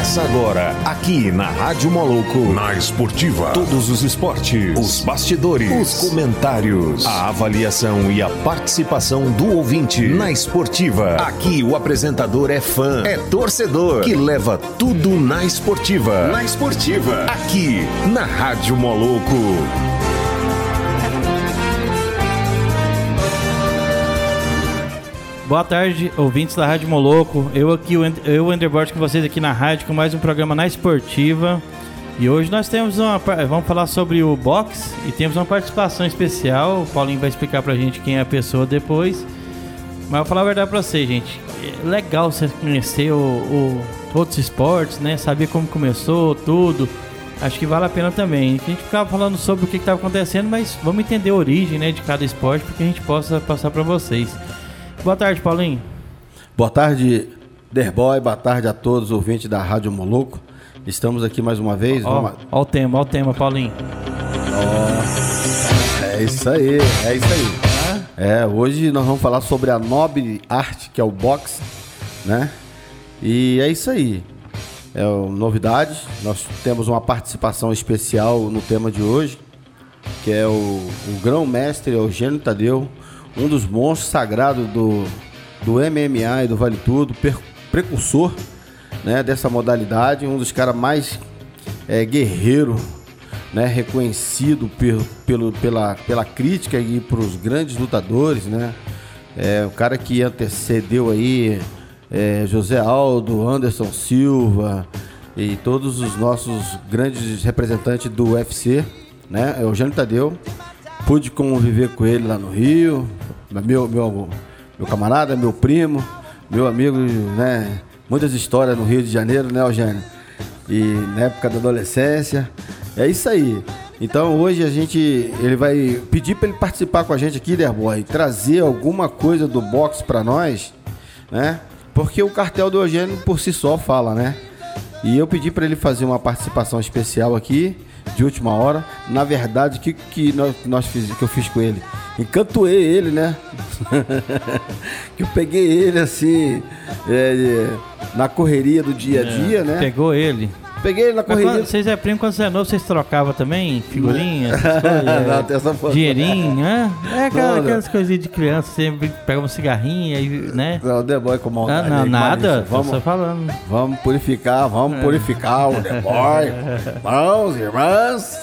Começa agora, aqui na Rádio Moloco, na Esportiva. Todos os esportes, os bastidores, os comentários, a avaliação e a participação do ouvinte na Esportiva. Aqui o apresentador é fã, é torcedor, que leva tudo na Esportiva. Na Esportiva, aqui na Rádio Moloco. Boa tarde, ouvintes da Rádio Moloco. Eu, o Enderbord, com vocês aqui na rádio, com mais um programa na Esportiva. E hoje nós temos vamos falar sobre o boxe e temos uma participação especial. O Paulinho vai explicar pra gente quem é a pessoa depois. Mas eu vou falar a verdade pra vocês, gente. É legal você conhecer outros esportes, né? Saber como começou, tudo. Acho que vale a pena também. A gente ficava falando sobre o que estava acontecendo, mas vamos entender a origem, né, de cada esporte, para que a gente possa passar para vocês. Boa tarde, Paulinho. Boa tarde, Derboy. Boa tarde a todos os ouvintes da Rádio Moloco. Estamos aqui mais uma vez. Ó o tema, Paulinho. É isso aí. Hoje nós vamos falar sobre a nobre arte que é o boxe, né? E é isso aí. Novidades. Nós temos uma participação especial no tema de hoje, que é o grão-mestre Eugênio Tadeu, um dos monstros sagrados do MMA e do Vale Tudo, precursor, né, dessa modalidade, um dos caras mais guerreiro, né, reconhecido pela crítica e pelos grandes lutadores, né? O cara que antecedeu aí José Aldo, Anderson Silva e todos os nossos grandes representantes do UFC, né? Eugênio Tadeu. Pude conviver com ele lá no Rio, meu camarada, meu primo, meu amigo, né? Muitas histórias no Rio de Janeiro, né, Eugênio? E na época da adolescência. É isso aí. Então hoje ele vai pedir para ele participar com a gente aqui, Derboy, trazer alguma coisa do boxe para nós, né? Porque o cartel do Eugênio por si só fala, né? E eu pedi para ele fazer uma participação especial aqui, de última hora. Na verdade, que eu fiz com ele? Encantoei ele, né? Que eu peguei ele assim, na correria do dia a dia, né? Pegou ele. Peguei ele na correria. Vocês primo, quando você é novo, vocês trocavam também figurinhas, dinheirinho, né? Aquelas coisinhas de criança, sempre pega um cigarrinho, né? Não, o The Boy com maldade. Não, nada, só falando. Vamos purificar o The Boy. Irmãos, irmãs.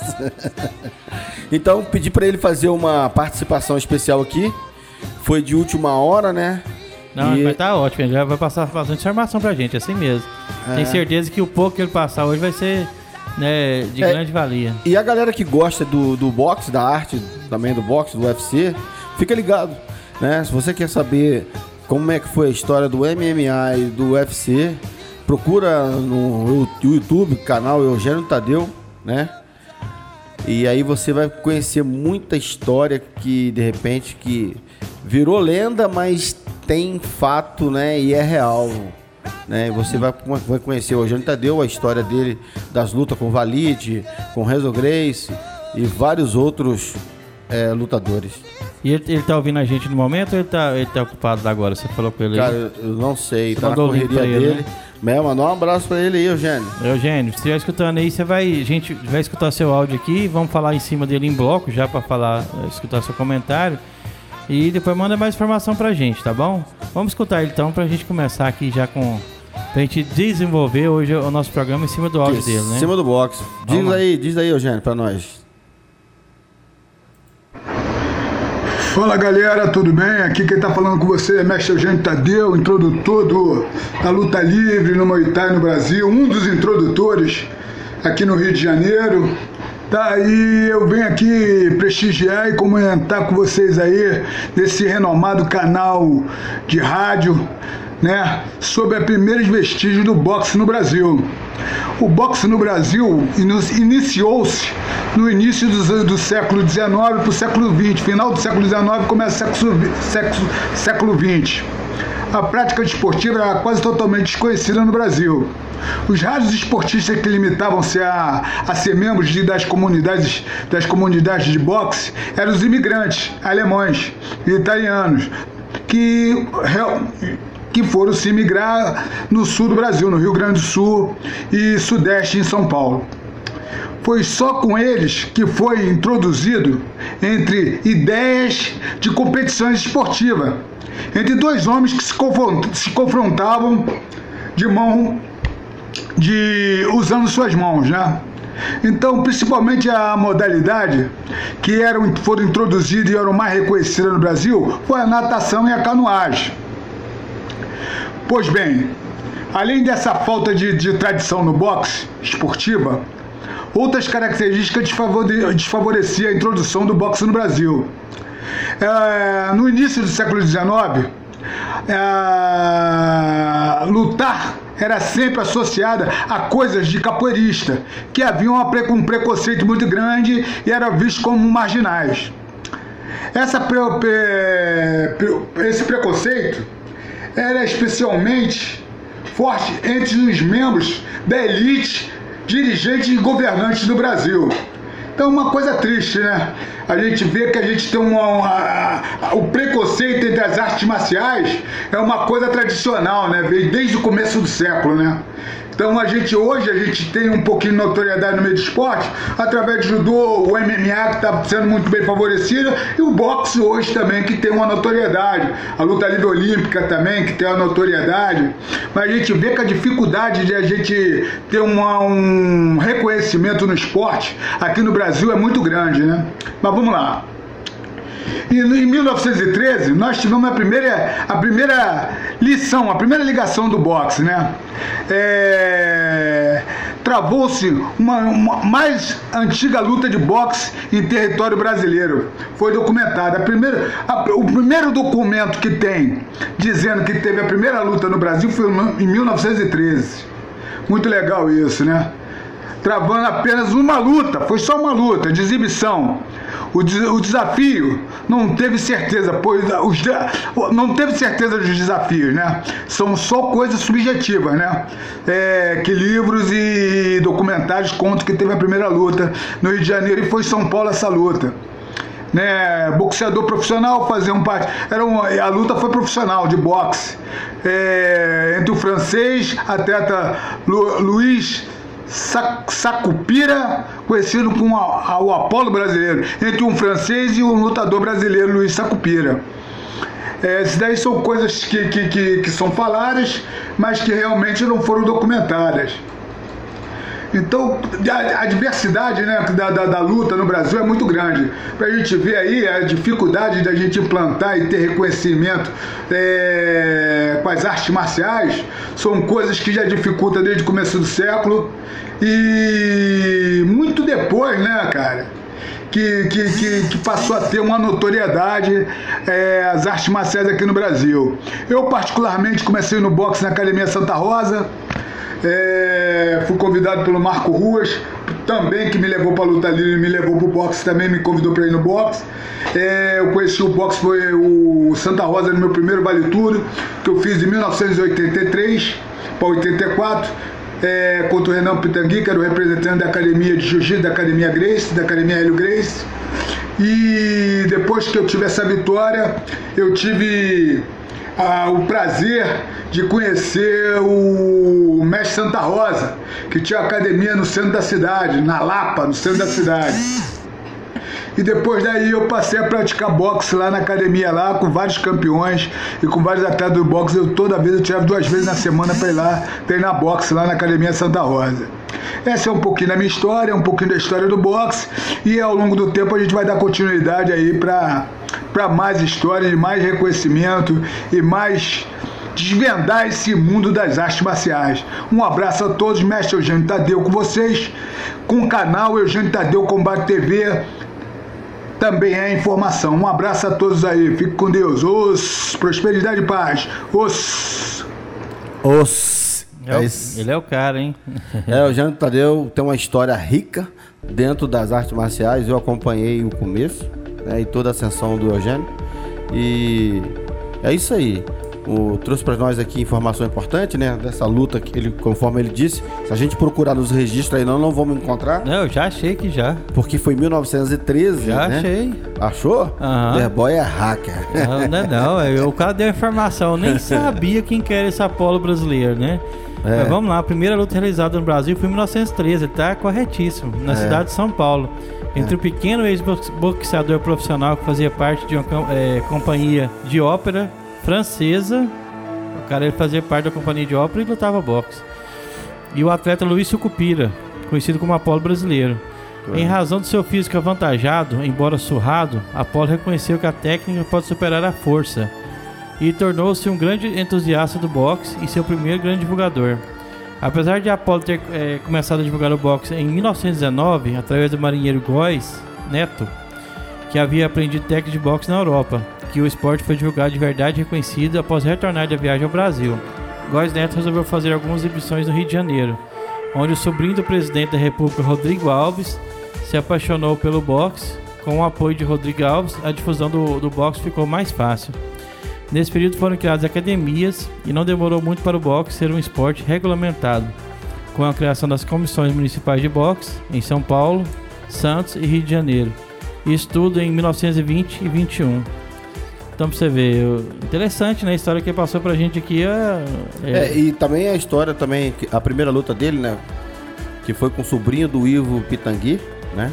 Então, pedi pra ele fazer uma participação especial aqui. Foi de última hora, né? Não, mas tá ótimo, ele já vai passar bastante informação pra gente, assim mesmo. Tenho certeza que o pouco que ele passar hoje vai ser, né, de grande valia. E a galera que gosta do boxe, da arte também do boxe, do UFC, fica ligado, né? Se você quer saber como é que foi a história do MMA e do UFC, procura no YouTube, canal Eugênio Tadeu, né? E aí você vai conhecer muita história que, de repente, que virou lenda, mas tem fato, né? E é real, né? Você vai conhecer o Eugênio Tadeu, a história dele, das lutas com Valide, com Renzo Gracie e vários outros lutadores. E ele tá ouvindo a gente no momento ou ele tá ocupado agora? Você falou com ele aí? Cara, eu não sei, você tá na correria dele. Ele, né? Mandar um abraço pra ele aí, Eugênio. Eugênio, se estiver escutando aí, a gente vai escutar seu áudio aqui, vamos falar em cima dele em bloco já pra escutar seu comentário. E depois manda mais informação pra gente, tá bom? Vamos escutar ele então pra gente começar aqui já pra gente desenvolver hoje o nosso programa em cima do áudio dele, né? Em cima do boxe. Diz aí, Eugênio, pra nós. Fala galera, tudo bem? Aqui quem tá falando com você é mestre Eugênio Tadeu, introdutor da luta livre no Muay Thai no Brasil, um dos introdutores aqui no Rio de Janeiro. Tá, e eu venho aqui prestigiar e comentar com vocês aí desse renomado canal de rádio, né, sobre os primeiros vestígios do boxe no Brasil. O boxe no Brasil iniciou-se no início do século XIX para o século XX, final do século XIX, começa o século XX. A prática desportiva era quase totalmente desconhecida no Brasil. Os raros esportistas que limitavam-se a ser membros das comunidades de boxe eram os imigrantes alemães e italianos, que que foram se migrar no sul do Brasil, no Rio Grande do Sul e Sudeste, em São Paulo. Foi só com eles que foi introduzido entre ideias de competições esportivas, entre dois homens que se confrontavam usando suas mãos, né? Então, principalmente a modalidade que foram introduzidas e eram mais reconhecidas no Brasil foi a natação e a canoagem. Pois bem, além dessa falta de tradição no boxe esportiva, outras características desfavoreciam a introdução do boxe no Brasil. No início do século XIX, lutar era sempre associada a coisas de capoeirista, que haviam um preconceito muito grande e eram vistos como marginais. Esse preconceito era especialmente forte entre os membros da elite, dirigentes e governantes do Brasil. Então, uma coisa triste, né? A gente vê que a gente tem o preconceito entre as artes marciais é uma coisa tradicional, né? Veio desde o começo do século, né? Então, hoje a gente tem um pouquinho de notoriedade no meio do esporte, através do judô, o MMA, que está sendo muito bem favorecido, e o boxe hoje também, que tem uma notoriedade. A luta livre olímpica também, que tem uma notoriedade. Mas a gente vê que a dificuldade de a gente ter um reconhecimento no esporte aqui no Brasil é muito grande, né? Mas vamos lá. E em 1913, nós tivemos a primeira lição, a primeira ligação do boxe, né? Travou-se uma mais antiga luta de boxe em território brasileiro. Foi documentada. O primeiro documento que tem dizendo que teve a primeira luta no Brasil foi em 1913. Muito legal isso, né? Travando apenas uma luta, foi só uma luta de exibição. O desafio não teve certeza, pois não teve certeza dos desafios, né? São só coisas subjetivas, né? Que livros e documentários contam que teve a primeira luta no Rio de Janeiro e foi em São Paulo essa luta. Né? Boxeador profissional fazia a luta foi profissional de boxe entre o francês atleta Luiz Sacupira, conhecido como o Apolo brasileiro, entre um francês e um lutador brasileiro, Luiz Sacupira. Essas daí são coisas que são faladas, mas que realmente não foram documentadas. Então, a diversidade, né, da luta no Brasil é muito grande. Para a gente ver aí a dificuldade da gente implantar e ter reconhecimento com as artes marciais, são coisas que já dificultam desde o começo do século. E muito depois, né, cara, que passou a ter uma notoriedade as artes marciais aqui no Brasil. Eu, particularmente, comecei no boxe na Academia Santa Rosa. Fui convidado pelo Marco Ruas, também, que me levou para a luta livre, me levou para o boxe, também me convidou para ir no boxe. Eu conheci o boxe, foi o Santa Rosa no meu primeiro Vale Tudo, que eu fiz de 1983 para 84, contra o Renan Pitangui, que era o representante da Academia de Jiu-Jitsu, da Academia Grace, da Academia Hélio Grace. E depois que eu tive essa vitória, eu tive o prazer de conhecer o mestre Santa Rosa, que tinha academia no centro da cidade, na Lapa, no centro da cidade. E depois daí eu passei a praticar boxe lá na academia, lá com vários campeões e com vários atletas do boxe. Toda vez eu tirava 2 vezes na semana para ir lá treinar boxe lá na Academia Santa Rosa. Essa é um pouquinho da minha história, um pouquinho da história do boxe, e ao longo do tempo a gente vai dar continuidade aí para mais histórias, mais reconhecimento e mais desvendar esse mundo das artes marciais. Um abraço a todos, mestre Eugênio Tadeu com vocês, com o canal Eugênio Tadeu Combate TV, também é informação. Um abraço a todos aí, fique com Deus, prosperidade e paz, Ele é o cara, hein? O Eugênio Tadeu tem uma história rica dentro das artes marciais. Eu acompanhei o começo, né, e toda a ascensão do Eugênio. E é isso aí. trouxe para nós aqui informação importante, né? Dessa luta que ele, conforme ele disse, se a gente procurar nos registros aí não vamos encontrar. Não, eu já achei que já. Porque foi em 1913, já, né? Achei. Achou? The Boy é hacker. Não. O cara deu informação. Eu nem sabia quem que era esse Apolo brasileiro, né? Mas vamos lá, a primeira luta realizada no Brasil foi em 1913, tá corretíssimo, na cidade de São Paulo. Entre o pequeno ex-boxeador profissional que fazia parte de uma companhia de ópera francesa. O cara ele fazia parte da companhia de ópera e lutava boxe. E o atleta Luiz Sucupira, conhecido como Apolo brasileiro. Em razão do seu físico avantajado, embora surrado, Apolo reconheceu que a técnica pode superar a força e tornou-se um grande entusiasta do boxe e seu primeiro grande divulgador. Apesar de Apolo ter começado a divulgar o boxe em 1919, através do marinheiro Góes Neto, que havia aprendido técnica de boxe na Europa, que o esporte foi divulgado de verdade e reconhecido após retornar da viagem ao Brasil. Góes Neto resolveu fazer algumas exibições no Rio de Janeiro, onde o sobrinho do presidente da República, Rodrigo Alves, se apaixonou pelo boxe. Com o apoio de Rodrigo Alves, a difusão do boxe ficou mais fácil. Nesse período foram criadas academias e não demorou muito para o boxe ser um esporte regulamentado, com a criação das comissões municipais de boxe em São Paulo, Santos e Rio de Janeiro. Isso tudo em 1920 e 21. Então, pra você ver, interessante, né? A história que passou pra gente aqui e também a história também, a primeira luta dele, né? Que foi com o sobrinho do Ivo Pitangui, né?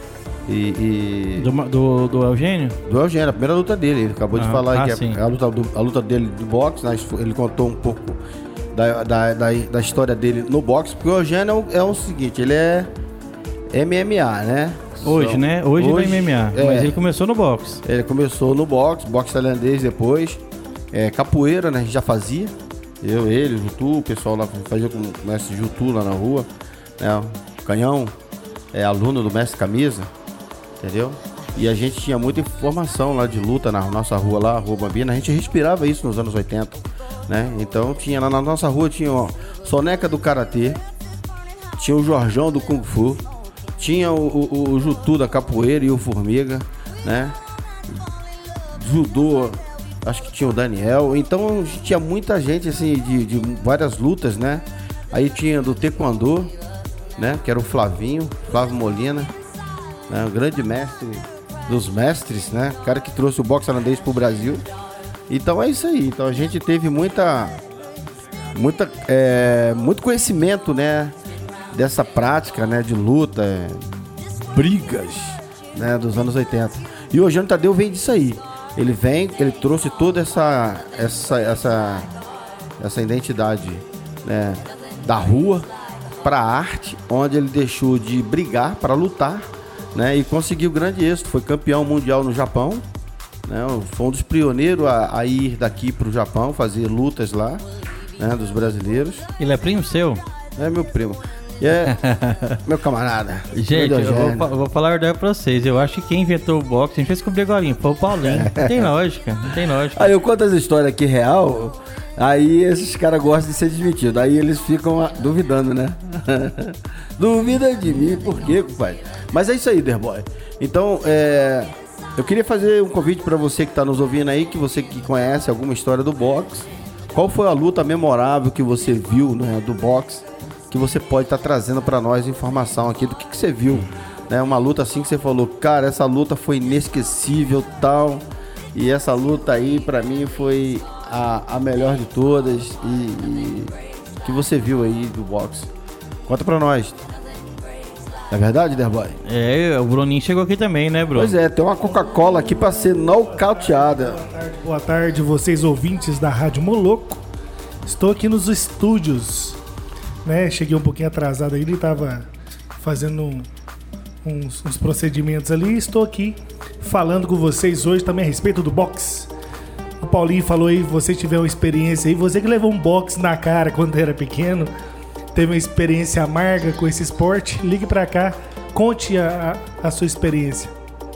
Do Eugênio? Do Eugênio, a primeira luta dele. Ele acabou de falar que a luta dele do boxe, né? Ele contou um pouco da história dele no boxe, porque o Eugênio é o seguinte, ele é MMA, né? Hoje, né? Hoje é MMA, mas ele começou no boxe. Ele começou no boxe tailandês depois. Capoeira, né? A gente já fazia. Ele, o Jutu, o pessoal lá fazia com o mestre Jutu lá na rua. Né? O Canhão é aluno do mestre Camisa, entendeu? E a gente tinha muita informação lá de luta na nossa rua lá, Rua Bambina. A gente respirava isso nos anos 80, né? Então tinha lá na nossa rua, tinha Soneca do Karatê, tinha o Jorjão do Kung Fu, tinha o Jutu da Capoeira e o Formiga, né? Judô, acho que tinha o Daniel. Então tinha muita gente assim de várias lutas, né? Aí tinha do Taekwondo, né? Que era o Flávio Molina, né? O grande mestre dos mestres, né? O cara que trouxe o boxe tailandês pro Brasil. Então é isso aí. Então a gente teve muito conhecimento, né? Dessa prática, né? De luta, brigas, né? Dos anos 80. E o Eugênio Tadeu vem disso aí. Ele trouxe toda essa identidade, né? Da rua para a arte, onde ele deixou de brigar para lutar, né? E conseguiu grande êxito. Foi campeão mundial no Japão, né? Foi um dos pioneiros a ir daqui para o Japão, fazer lutas lá, né? Dos brasileiros. Ele é primo seu? É meu primo. Meu camarada. Gente, eu vou falar a verdade pra vocês. Eu acho que quem inventou o boxe, a gente vai descobrir agora, foi o Paulinho. Não tem lógica. Aí eu conto as histórias aqui real, aí esses caras gostam de ser desmentidos. Aí eles ficam duvidando, né? Duvida de mim, por quê, compadre? Mas é isso aí, The Boy. Então, eu queria fazer um convite pra você que tá nos ouvindo aí, que você que conhece alguma história do boxe. Qual foi a luta memorável que você viu, né, do boxe? Que você pode estar trazendo para nós informação aqui do que você viu, né? Uma luta assim que você falou, cara, essa luta foi inesquecível, tal, e essa luta aí para mim foi a melhor de todas e que você viu aí do boxe. Conta para nós. É verdade, The Boy? O Bruninho chegou aqui também, né, Bruno? Pois é, tem uma Coca-Cola aqui para ser nocauteada. Boa tarde, vocês ouvintes da Rádio Moloco. Estou aqui nos estúdios, né? Cheguei um pouquinho atrasado aí, ele estava fazendo uns procedimentos ali. Estou aqui falando com vocês hoje também a respeito do boxe. O Paulinho falou aí, você tiver uma experiência aí, você que levou um boxe na cara quando era pequeno, teve uma experiência amarga com esse esporte, ligue pra cá, conte a sua experiência.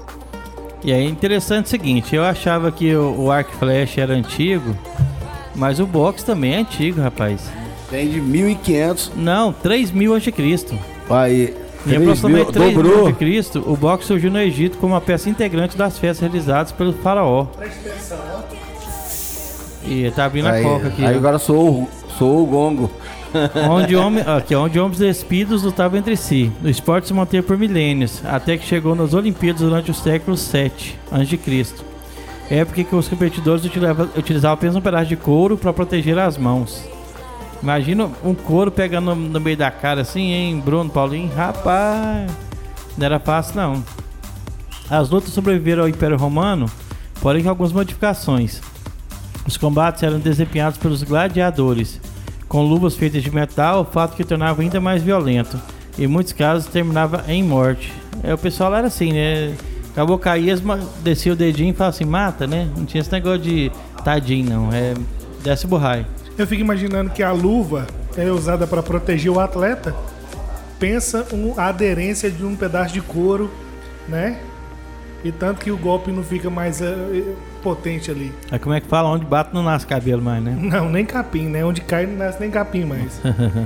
E é interessante o seguinte, eu achava que o arco e flecha era antigo, mas o boxe também é antigo, rapaz. Tem de 1500. Não, 3000 a.C. Aí, em aproximadamente 3000 a.C., o boxe surgiu no Egito como uma peça integrante das festas realizadas pelo faraó. E tá abrindo a coca aqui. Aí agora sou o gongo. Onde homens despidos lutavam entre si. O esporte se manteve por milênios, até que chegou nas Olimpíadas durante o século VII a.C. Época que os competidores utilizavam apenas um pedaço de couro para proteger as mãos. Imagina um couro pegando no meio da cara assim, hein, Bruno, Paulinho? Rapaz, não era fácil não. As lutas sobreviveram ao Império Romano, porém com algumas modificações. Os combates eram desempenhados pelos gladiadores, com luvas feitas de metal, fato que tornava ainda mais violento. Em muitos casos terminava em morte. O pessoal era assim, né? Acabou cair, descia o dedinho e falava assim, mata, né? Não tinha esse negócio de tadinho, não. Desce o borrai. Eu fico imaginando que a luva é usada para proteger o atleta. Pensa a aderência de um pedaço de couro, né? E tanto que o golpe não fica mais potente ali. Aí como é que fala? Onde bate não nasce cabelo mais, né? Não, nem capim, né? Onde cai não nasce nem capim mais.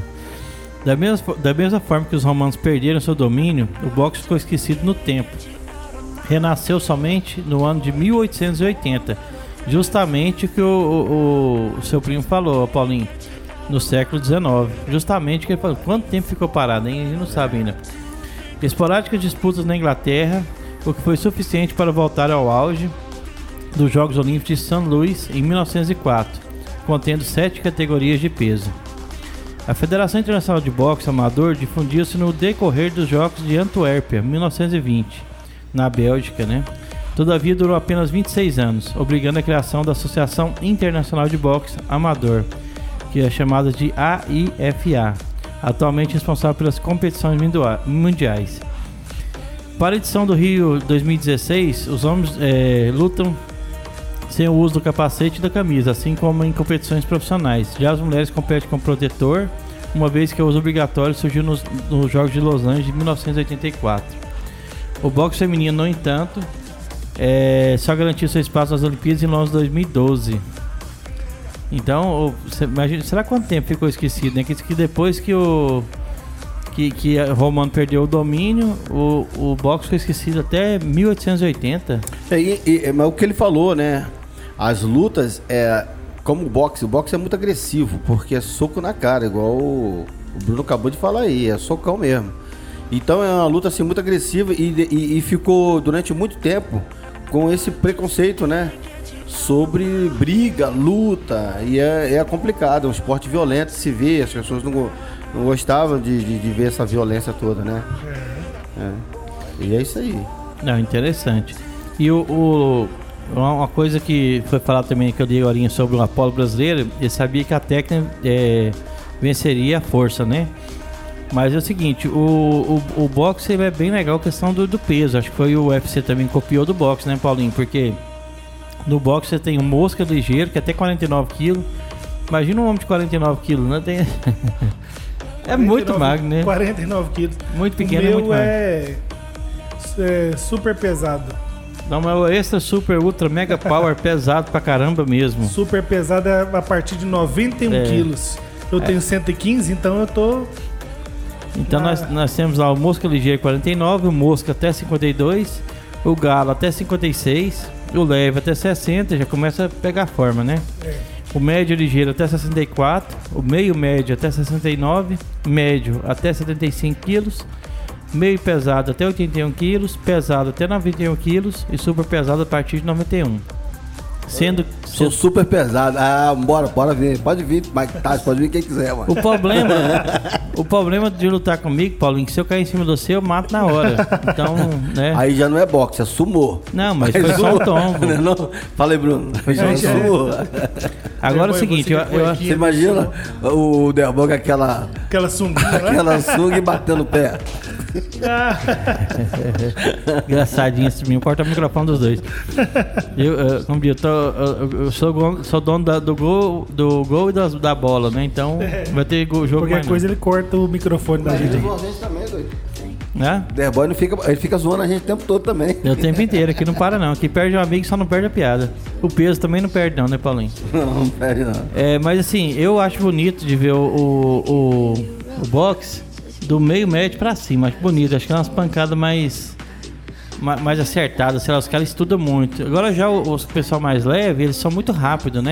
Da mesma forma que os romanos perderam seu domínio, o boxe ficou esquecido no tempo. Renasceu somente no ano de 1880. Justamente o que o seu primo falou, Paulinho, no século XIX. Justamente o que ele falou. Quanto tempo ficou parado, hein? A gente não sabe ainda. Esporádicas disputas na Inglaterra, o que foi suficiente para voltar ao auge dos Jogos Olímpicos de St. Louis em 1904, contendo 7 categorias de peso. A Federação Internacional de Boxe Amador difundiu-se no decorrer dos Jogos de Antuérpia, 1920, na Bélgica, né? Todavia durou apenas 26 anos, obrigando a criação da Associação Internacional de Boxe Amador, que é chamada de AIFA, atualmente responsável pelas competições mundiais. Para a edição do Rio 2016, os homens lutam sem o uso do capacete e da camisa, assim como em competições profissionais. Já as mulheres competem com protetor, uma vez que o uso obrigatório surgiu nos Jogos de Los Angeles de 1984. O boxe feminino, no entanto, só garantiu seu espaço nas Olimpíadas em Londres 2012. Então, imagina, será quanto tempo ficou esquecido, né? Que depois que o Romano perdeu o domínio, o boxe foi esquecido até 1880. Mas o que ele falou, né? As lutas, como o boxe é muito agressivo, porque é soco na cara, igual o Bruno acabou de falar aí, é socão mesmo. Então é uma luta assim, muito agressiva e ficou durante muito tempo com esse preconceito, né? Sobre briga, luta, e é complicado, é um esporte violento, se vê, as pessoas não gostavam de ver essa violência toda, né? E é isso aí. Não, interessante. E uma coisa que foi falado também, que eu dei agora sobre o Apolo brasileiro, ele sabia que a técnica venceria a força, né? Mas é o seguinte, o boxe é bem legal a questão do peso. Acho que foi o UFC também que copiou do boxe, né, Paulinho? Porque no boxe você tem um mosca ligeiro, que é até 49 kg. Imagina um homem de 49 kg, né? Tem... É muito magro, né? 49 quilos. Muito pequeno, o meu muito magro. É super pesado. Não, mas o extra, super, ultra, mega power pesado pra caramba mesmo. Super pesado é a partir de 91 quilos. Eu tenho 115, então eu tô... Então nós temos lá o mosca ligeiro 49, o mosca até 52, o galo até 56, o leve até 60, já começa a pegar forma, né? O médio ligeiro até 64, o meio médio até 69, médio até 75 quilos, meio pesado até 81 quilos, pesado até 91 quilos e super pesado a partir de 91. Sou super pesado. Bora vir. Pode vir, Mike Tyson, pode vir quem quiser, mano. O problema de lutar comigo, Paulinho, que se eu cair em cima de você, eu mato na hora. Então, né? Aí já não é boxe, é sumô. Não, mas foi só um tombo. Não, fala aí, Bruno. Foi só um sumô. Agora é o seguite, você imagina o Derboga com aquela sunguinha, aquela sunga e batendo o pé. Engraçadinho esse menino, corta o microfone dos dois. Eu sou dono do gol e da bola, né? Então vai ter jogo. Qualquer coisa ele corta o microfone da gente. A gente também, doido. Né? Derboy ele fica zoando a gente o tempo todo também. O tempo inteiro, aqui não para não. Aqui perde um amigo, só não perde a piada. O peso também não perde não, né, Paulinho? Não perde não. Mas assim, eu acho bonito de ver o boxe do meio médio pra cima. Acho bonito, acho que é umas pancadas mais acertadas, sei lá, os caras estudam muito. Agora já os pessoal mais leve, eles são muito rápidos, né?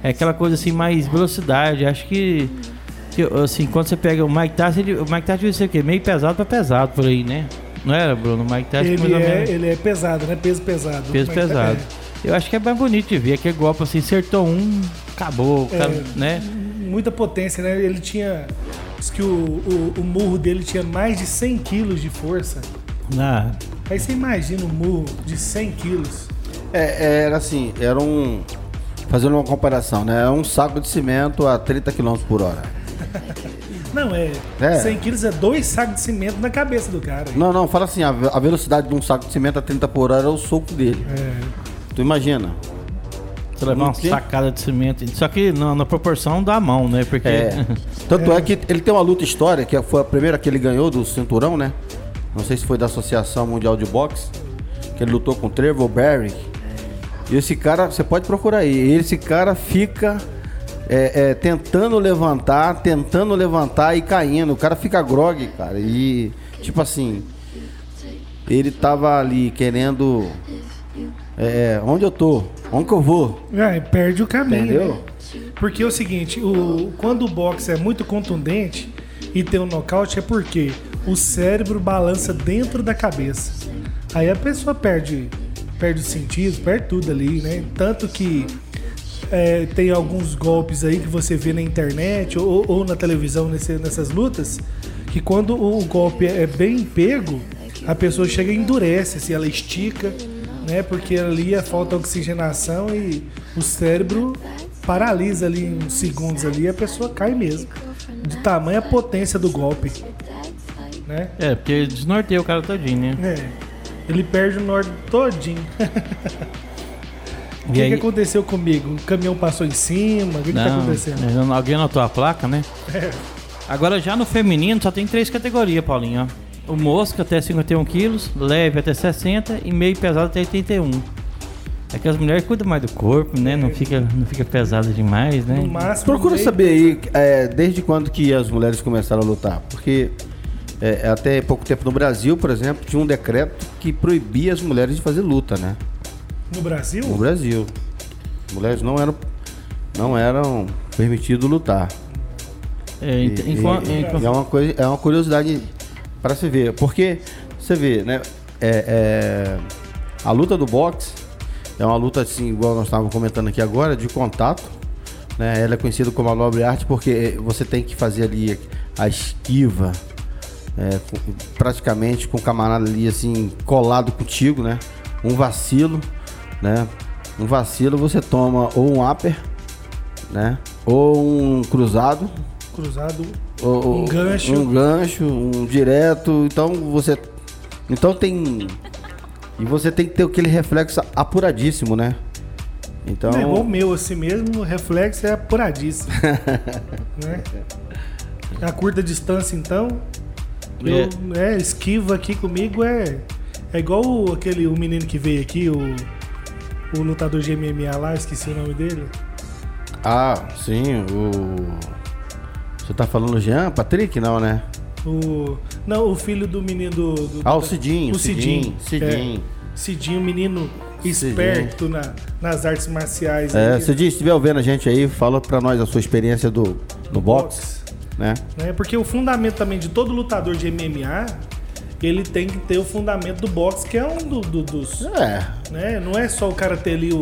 é aquela coisa assim, mais velocidade. Acho que assim, quando você pega o Mike Tyson, o Mike Tyson devia ser o quê? Meio pesado pra pesado por aí, né? Não era, Bruno? O Mike Tyson ele é pesado, né? Peso pesado. Peso pesado. Eu acho que é mais bonito de ver. Aquele golpe assim, acertou um, acabou, cara, né? Muita potência, né? Ele tinha... Diz que o murro dele tinha mais de 100 quilos de força. Aí você imagina um murro de 100 quilos. Era assim, fazendo uma comparação, né? É um saco de cimento a 30 km por hora. Não, 100 quilos é 2 sacos de cimento na cabeça do cara. Não, fala assim, a velocidade de um saco de cimento a 30 por hora é o soco dele. Tu imagina? Você levar uma sacada de cimento. Só que na proporção da mão, né? Porque... Tanto é que ele tem uma luta histórica, que foi a primeira que ele ganhou do cinturão, né? Não sei se foi da Associação Mundial de Boxe, que ele lutou com o Trevor Barry. E esse cara, você pode procurar aí, esse cara fica tentando levantar e caindo. O cara fica grogue, cara. E, tipo assim, ele tava ali querendo... onde eu tô? Onde que eu vou? Perde o caminho. Entendeu? Né? Porque é o seguinte, quando o boxe é muito contundente e tem um nocaute, é porque o cérebro balança dentro da cabeça. Aí a pessoa perde o sentido, perde tudo ali, né? Tanto que tem alguns golpes aí que você vê na internet ou na televisão nessas lutas, que quando o golpe é bem pego, a pessoa chega e endurece, assim, ela estica, né? Porque ali falta oxigenação e o cérebro paralisa ali uns segundos ali e a pessoa cai mesmo. De tamanha potência do golpe, né? Porque desnorteia o cara todinho, né? Ele perde o norte todinho. O que aconteceu comigo? Um caminhão passou em cima? O que tá acontecendo? Alguém anotou a placa, né? Agora já no feminino só tem 3 categorias, Paulinho, ó. O mosca até 51 quilos, leve até 60 e meio pesado até 81. É que as mulheres cuidam mais do corpo, né? Não fica pesado demais, né? No máximo, procura saber aí, desde quando que as mulheres começaram a lutar. Porque até pouco tempo no Brasil, por exemplo, tinha um decreto que proibia as mulheres de fazer luta, né? No Brasil? No Brasil. As mulheres não eram permitidas lutar. É uma curiosidade para se ver. Porque, você vê, né? A luta do boxe é uma luta, assim, igual nós estávamos comentando aqui agora, de contato, né? Ela é conhecida como a nobre arte porque você tem que fazer ali a esquiva, praticamente com o camarada ali, assim, colado contigo, né? Um vacilo, né? Um vacilo você toma ou um upper, né? Ou um cruzado, um gancho, um direto. Então tem... E você tem que ter aquele reflexo apuradíssimo, né? Então... É igual o meu, assim mesmo, o reflexo é apuradíssimo. Né? A curta distância, então, esquiva aqui comigo é igual o menino que veio aqui, o lutador de MMA lá, esqueci o nome dele. Ah, sim, Você tá falando Jean Patrick? Não, né? O filho do menino o Cidinho. O Cidinho. Cidinho, menino esperto nas artes marciais. Cidinho, se estiver ouvindo a gente aí, fala pra nós a sua experiência no boxe, né? Porque o fundamento também de todo lutador de MMA, ele tem que ter o fundamento do boxe, que é um dos... Né? Não é só o cara ter ali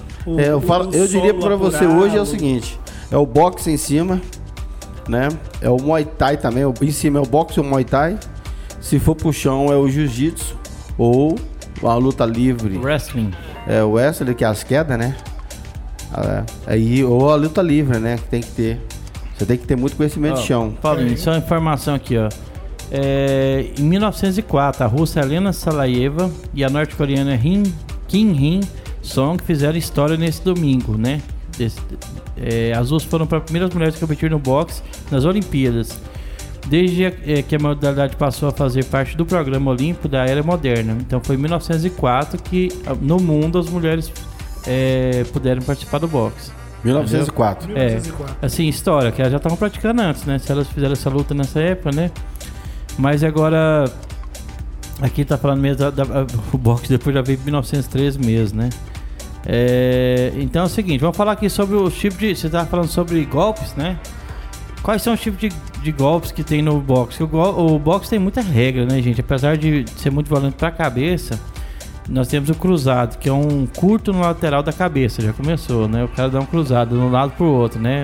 eu diria pra você hoje é o seguinte, é o boxe em cima, né? É o Muay Thai também, em cima é o boxe ou o Muay Thai. Se for pro chão é o Jiu-Jitsu ou a luta livre. Wrestling. O wrestling, que é as quedas, né? Ou a luta livre, né? Que tem que ter. Você tem que ter muito conhecimento de chão. Paulinho, só uma informação aqui, ó. Em 1904, a russa Helena Salaeva e a norte-coreana Kim Hee-sung fizeram história nesse domingo, né? As duas foram as primeiras mulheres que competiram no boxe nas Olimpíadas, desde que a modalidade passou a fazer parte do programa olímpico da era moderna. Então foi em 1904 que no mundo as mulheres puderam participar do boxe. 1904. Assim, história que elas já estavam praticando antes, né? Se elas fizeram essa luta nessa época, né? Mas agora aqui tá falando mesmo o boxe depois já veio em 1913 mesmo, né? Então é o seguinte, vamos falar aqui sobre os tipos de... Você estava falando sobre golpes, né? Quais são os tipos de golpes que tem no boxe? O boxe tem muita regra, né, gente? Apesar de ser muito violento para a cabeça, nós temos o cruzado, que é um curto no lateral da cabeça. Já começou, né? O cara dá um cruzado de um lado pro outro, né?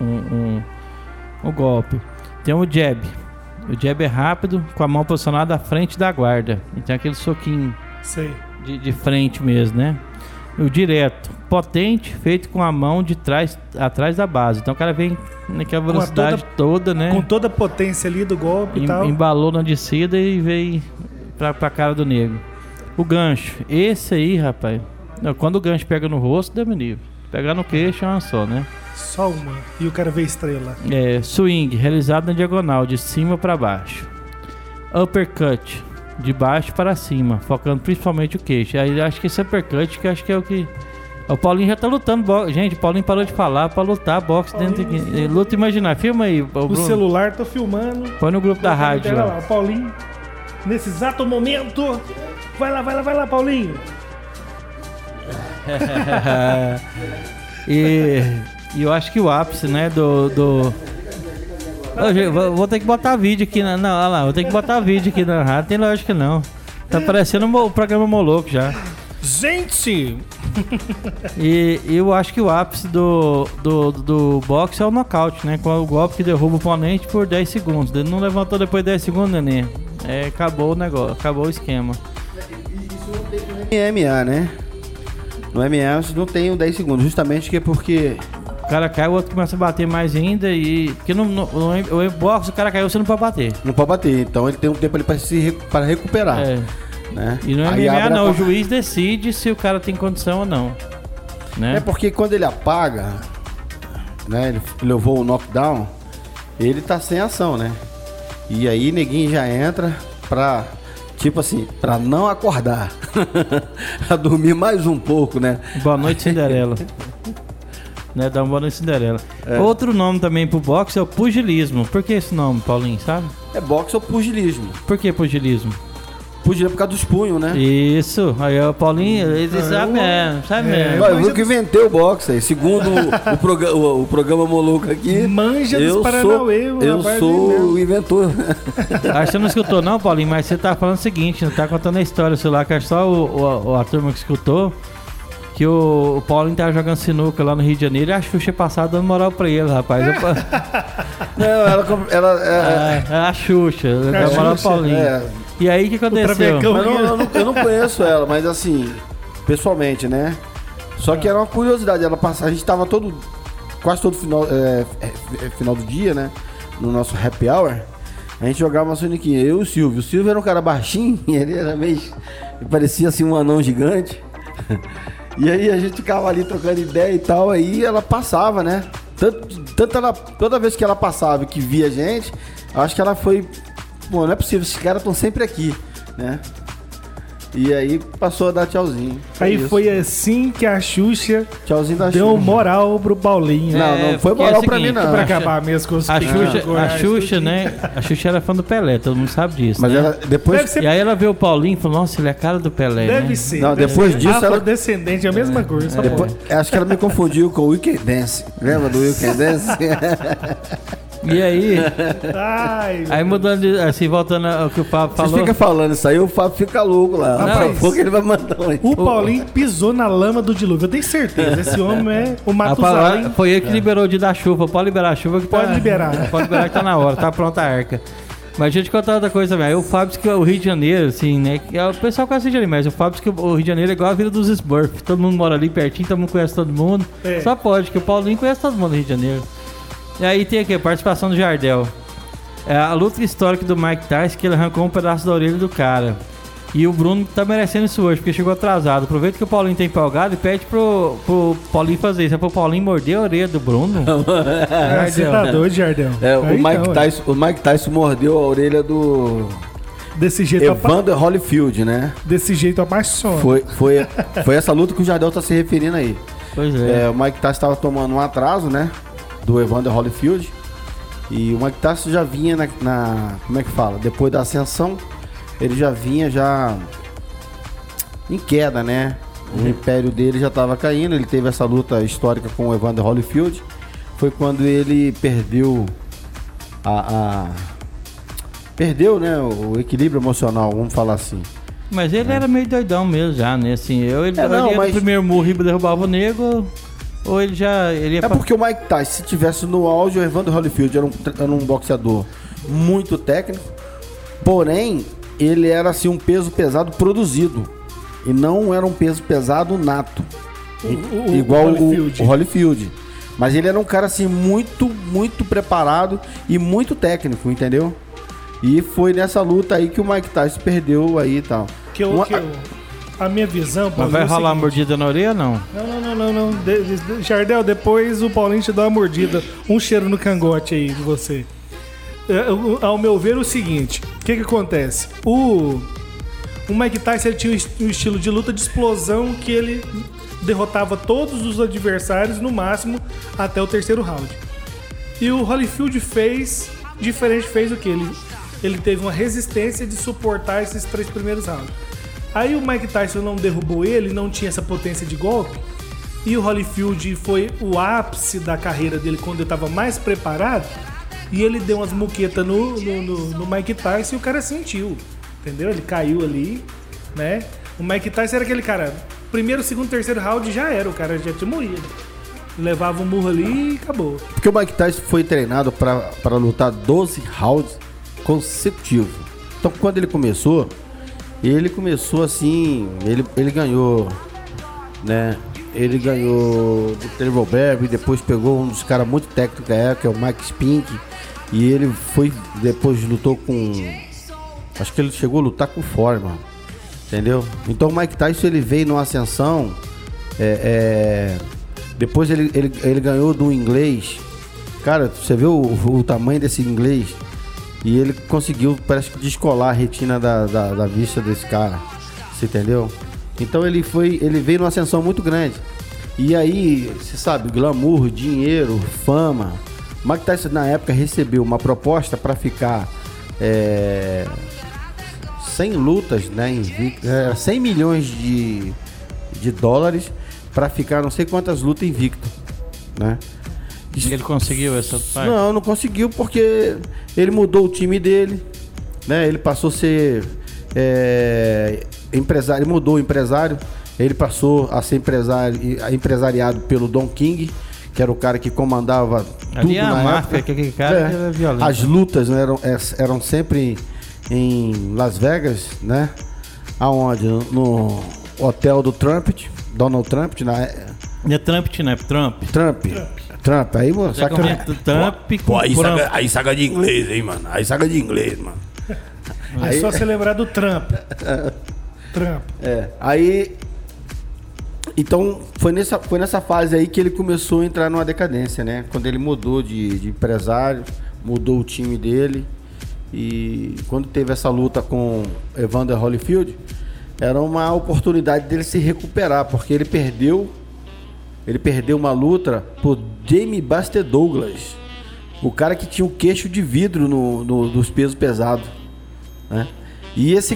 Um golpe. Tem o jab. O jab é rápido, com a mão posicionada à frente da guarda. Então aquele soquinho de frente mesmo, né? O direto, potente, feito com a mão de trás, atrás da base. Então o cara vem naquela velocidade toda, né? Com toda a potência ali do golpe e tal. Embalou na descida e veio pra cara do negro. O gancho, esse aí, rapaz. Não, quando o gancho pega no rosto, deu nível. Pegar no queixo é uma só, né? Só uma. E o cara vê estrela. Swing, realizado na diagonal, de cima para baixo. Uppercut, de baixo para cima, focando principalmente o queixo. Aí acho que esse uppercut, que acho que é o que... O Paulinho já tá lutando boxe. Gente, o Paulinho parou de falar pra lutar boxe dentro aqui. Luta imaginar. Filma aí. O celular, tô filmando. Põe no grupo da rádio lá. O Paulinho, nesse exato momento. Vai lá, Paulinho. E eu acho que o ápice, né, vou ter que botar vídeo aqui não, olha lá, vou ter que botar vídeo aqui na rádio, tem lógica não. Tá parecendo o programa Moloco já. Gente! E eu acho que o ápice do boxe é o nocaute, né? Com o golpe que derruba o oponente por 10 segundos. Ele não levantou depois de 10 segundos, neném. Acabou o negócio, acabou o esquema. Isso não tem no MMA, né? No MMA você não tem o 10 segundos, justamente porque... O cara cai, o outro começa a bater mais ainda e... Porque no boxe, o cara caiu, você não pode bater. Não pode bater, então ele tem um tempo ali para recuperar. Né? E no MMA não, o juiz decide se o cara tem condição ou não, né? É porque quando ele apaga, né, ele levou o knockdown, ele tá sem ação, né? E aí neguinho já entra pra, tipo assim, pra não acordar, a dormir mais um pouco, né? Boa noite, Cinderela. Né, dá uma boa noite, Cinderela. Outro nome também pro boxe é o pugilismo. Por que esse nome, Paulinho, sabe? É boxe ou pugilismo. Por que pugilismo? Pugilismo por causa dos punhos, né? Isso, aí o Paulinho, ele sabe mesmo, Eu vi que inventei o boxe aí. Segundo o programa Moloco aqui, manja dos Paranauê. Eu sou o inventor. Acho que você não escutou não, Paulinho, mas você tá falando o seguinte, não tá contando a história, sei lá, que é só a turma que escutou, que o Paulinho tava jogando sinuca lá no Rio de Janeiro e a Xuxa passava dando moral pra ele, rapaz. Não, ela a Xuxa, dando moral pro Paulinho. E aí o que aconteceu? Eu não conheço ela, mas assim, pessoalmente, né? Só que era uma curiosidade, a gente tava quase todo final do dia, né? No nosso happy hour, a gente jogava uma soniquinha, eu e o Silvio. O Silvio era um cara baixinho, ele era meio... parecia assim um anão gigante. E aí a gente ficava ali trocando ideia e tal, aí ela passava, né? Toda vez que ela passava e que via a gente, acho que ela foi... Bom, não é possível, esses caras estão sempre aqui, né? E aí passou a dar tchauzinho. Foi assim que a Xuxa tchauzinho da deu Xuxa. Moral pro Paulinho. Não foi moral pra mim, não. Pra acabar mesmo com os a Xuxa, né? A Xuxa era fã do Pelé, todo mundo sabe disso. Mas né? ela depois. E aí ela viu o Paulinho e falou: nossa, ele é a cara do Pelé. Deve né? ser. Não, depois disso. Ela descendente, é a mesma coisa. Acho que ela me confundiu com o Weekend Dance. Lembra do Weekend Dance? E aí, aí mudando, assim, voltando ao que o Fábio falou. Você fica falando isso aí, o Fábio fica louco lá. Daqui a pouco ele vai mandar o Paulinho pisou na lama do dilúvio, eu tenho certeza. Esse homem é o Matusalém. Foi ele que liberou de dar chuva. Pode liberar a chuva que pode liberar. Pode liberar que tá na hora, tá pronta a arca. Mas deixa eu te contar outra coisa também. Aí o Fábio que o Rio de Janeiro, assim, né? O pessoal conhece o Rio de Janeiro, mas o Fábio que o Rio de Janeiro é igual a Vila dos Smurfs. Todo mundo mora ali pertinho, todo mundo conhece todo mundo. Só pode, que o Paulinho conhece todo mundo no Rio de Janeiro. E aí tem aqui a participação do Jardel. A luta histórica do Mike Tyson, que ele arrancou um pedaço da orelha do cara. E o Bruno tá merecendo isso hoje, porque chegou atrasado. Aproveita que o Paulinho tá empolgado e pede pro Paulinho fazer isso. É pro Paulinho morder a orelha do Bruno. Você tá doido, Jardel? O Mike Tyson mordeu a orelha do... Desse jeito Evander Holyfield, né? Desse jeito apaixonado. Foi essa luta que o Jardel tá se referindo aí. Pois é. O Mike Tyson tava tomando um atraso, né? Do Evander Holyfield. E o Mike Tyson já vinha como é que fala? Depois da ascensão, ele já vinha em queda, né? O império dele já estava caindo. Ele teve essa luta histórica com o Evander Holyfield. Foi quando ele perdeu perdeu, né, o equilíbrio emocional, vamos falar assim. Mas ele era meio doidão mesmo já, né? Assim, ele mas... no primeiro murro e derrubava o nego, ou ele já... Ele ia porque o Mike Tyson, se tivesse no auge, o Evander Holyfield era um boxeador muito técnico, porém, ele era assim um peso pesado produzido, e não era um peso pesado nato, igual o Holyfield. Mas ele era um cara assim muito, muito preparado e muito técnico, entendeu? E foi nessa luta aí que o Mike Tyson perdeu aí e tal. A minha visão... Mas vai rolar mordida na orelha, não? Não. Jardel, depois o Paulinho te dá uma mordida. Um cheiro no cangote aí de você. Ao meu ver, o seguinte. O que acontece? O Mike Tyson ele tinha um estilo de luta de explosão que ele derrotava todos os adversários no máximo até o terceiro round. E o Holyfield fez o que? Ele teve uma resistência de suportar esses 3 primeiros rounds. Aí o Mike Tyson não derrubou ele, não tinha essa potência de golpe. E o Holyfield foi o ápice da carreira dele quando ele estava mais preparado. E ele deu umas muquetas no Mike Tyson e o cara sentiu. Entendeu? Ele caiu ali, né? O Mike Tyson era aquele cara... Primeiro, segundo, terceiro round já era. O cara já tinha morrido. Levava um murro ali e acabou. Porque o Mike Tyson foi treinado para lutar 12 rounds consecutivos. Então, quando ele começou assim... Ele ganhou, né? Ele ganhou do Trevor Berry, depois pegou um dos caras muito técnicos da época, que é o Mike Spink. E ele foi... Depois lutou com... Acho que ele chegou a lutar com o Foreman. Entendeu? Então o Mike Tyson ele veio numa ascensão. Depois ele ganhou do inglês. Cara, você vê o tamanho desse inglês. E ele conseguiu, parece que, descolar a retina da vista desse cara. Você entendeu? Então ele veio numa ascensão muito grande. E aí, você sabe, glamour, dinheiro, fama. O Mike Tyson na época recebeu uma proposta para ficar 100 lutas, né, 100 milhões de dólares para ficar não sei quantas lutas invicto, né? Ele conseguiu essa parte? Não conseguiu porque ele mudou o time dele, né? Ele passou a ser empresário, ele mudou o empresário, ele passou a ser empresariado pelo Don King, que era o cara que comandava ali tudo na máfia, época. Que aquele cara era violento. As lutas, né, eram sempre em Las Vegas, né? Aonde? No hotel do Donald Trump, É Trump, né? Trump. Aí, mano, saca... Trump pô, aí saca de inglês, hein, mano? Aí saca de inglês, mano. É só se lembrar do Trump. Aí... Então, foi nessa fase aí que ele começou a entrar numa decadência, né? Quando ele mudou de empresário, mudou o time dele. E quando teve essa luta com Evander Holyfield, era uma oportunidade dele se recuperar, porque ele perdeu uma luta por Jaime Buster Douglas, o cara que tinha o queixo de vidro nos pesos pesados, né? E esse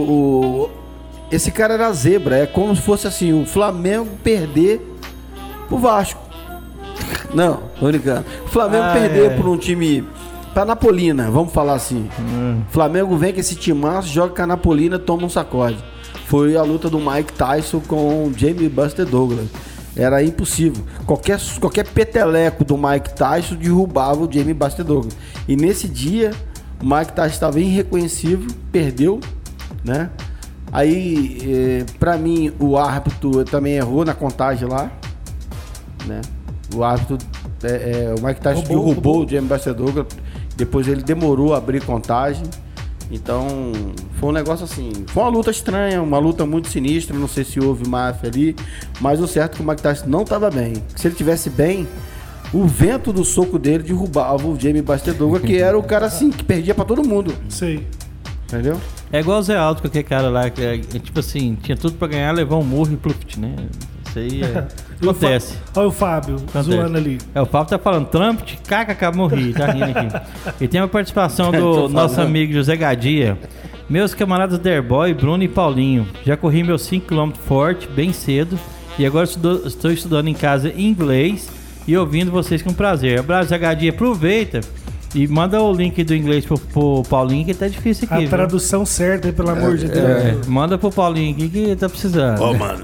cara era zebra, é como se fosse assim, o Flamengo perder pro Vasco. Não, tô brincando. O Flamengo perder por um time... Pra Napolina, vamos falar assim. Flamengo vem com esse timaço, joga com a Napolina, toma um sacode. Foi a luta do Mike Tyson com o Jaime Buster Douglas. Era impossível. Qualquer peteleco do Mike Tyson derrubava o Jaime Buster Douglas. E nesse dia, o Mike Tyson estava irreconhecível, perdeu, né? Aí, pra mim, o árbitro também errou na contagem lá, né? O árbitro, o Mike Tyson derrubou o Jaime Buster Douglas. Depois ele demorou a abrir contagem. Então, foi um negócio assim. Foi uma luta estranha, uma luta muito sinistra. Não sei se houve máfia ali. Mas o certo é que o Mike Tyson não estava bem. Se ele estivesse bem, o vento do soco dele derrubava o Jaime Buster Douglas, que era o cara assim, que perdia pra todo mundo. Sei. Entendeu? É igual o Zé Aldo com aquele cara lá, que tipo assim, tinha tudo pra ganhar, levou um murro e pluft, né? Isso aí acontece. Olha o Fábio zoando ali. O Fábio tá falando, Trump, caca, morri, tá rindo aqui. E tem uma participação do nosso amigo José Gadia. Meus camaradas Derboy, Bruno e Paulinho, já corri meus 5 km forte, bem cedo, e agora estou estudando em casa inglês e ouvindo vocês com prazer. Abraço, HD, aproveita e manda o link do inglês pro Paulinho, que tá difícil aqui. A tradução certa, pelo amor de Deus. Manda pro Paulinho aqui que tá precisando. Mano,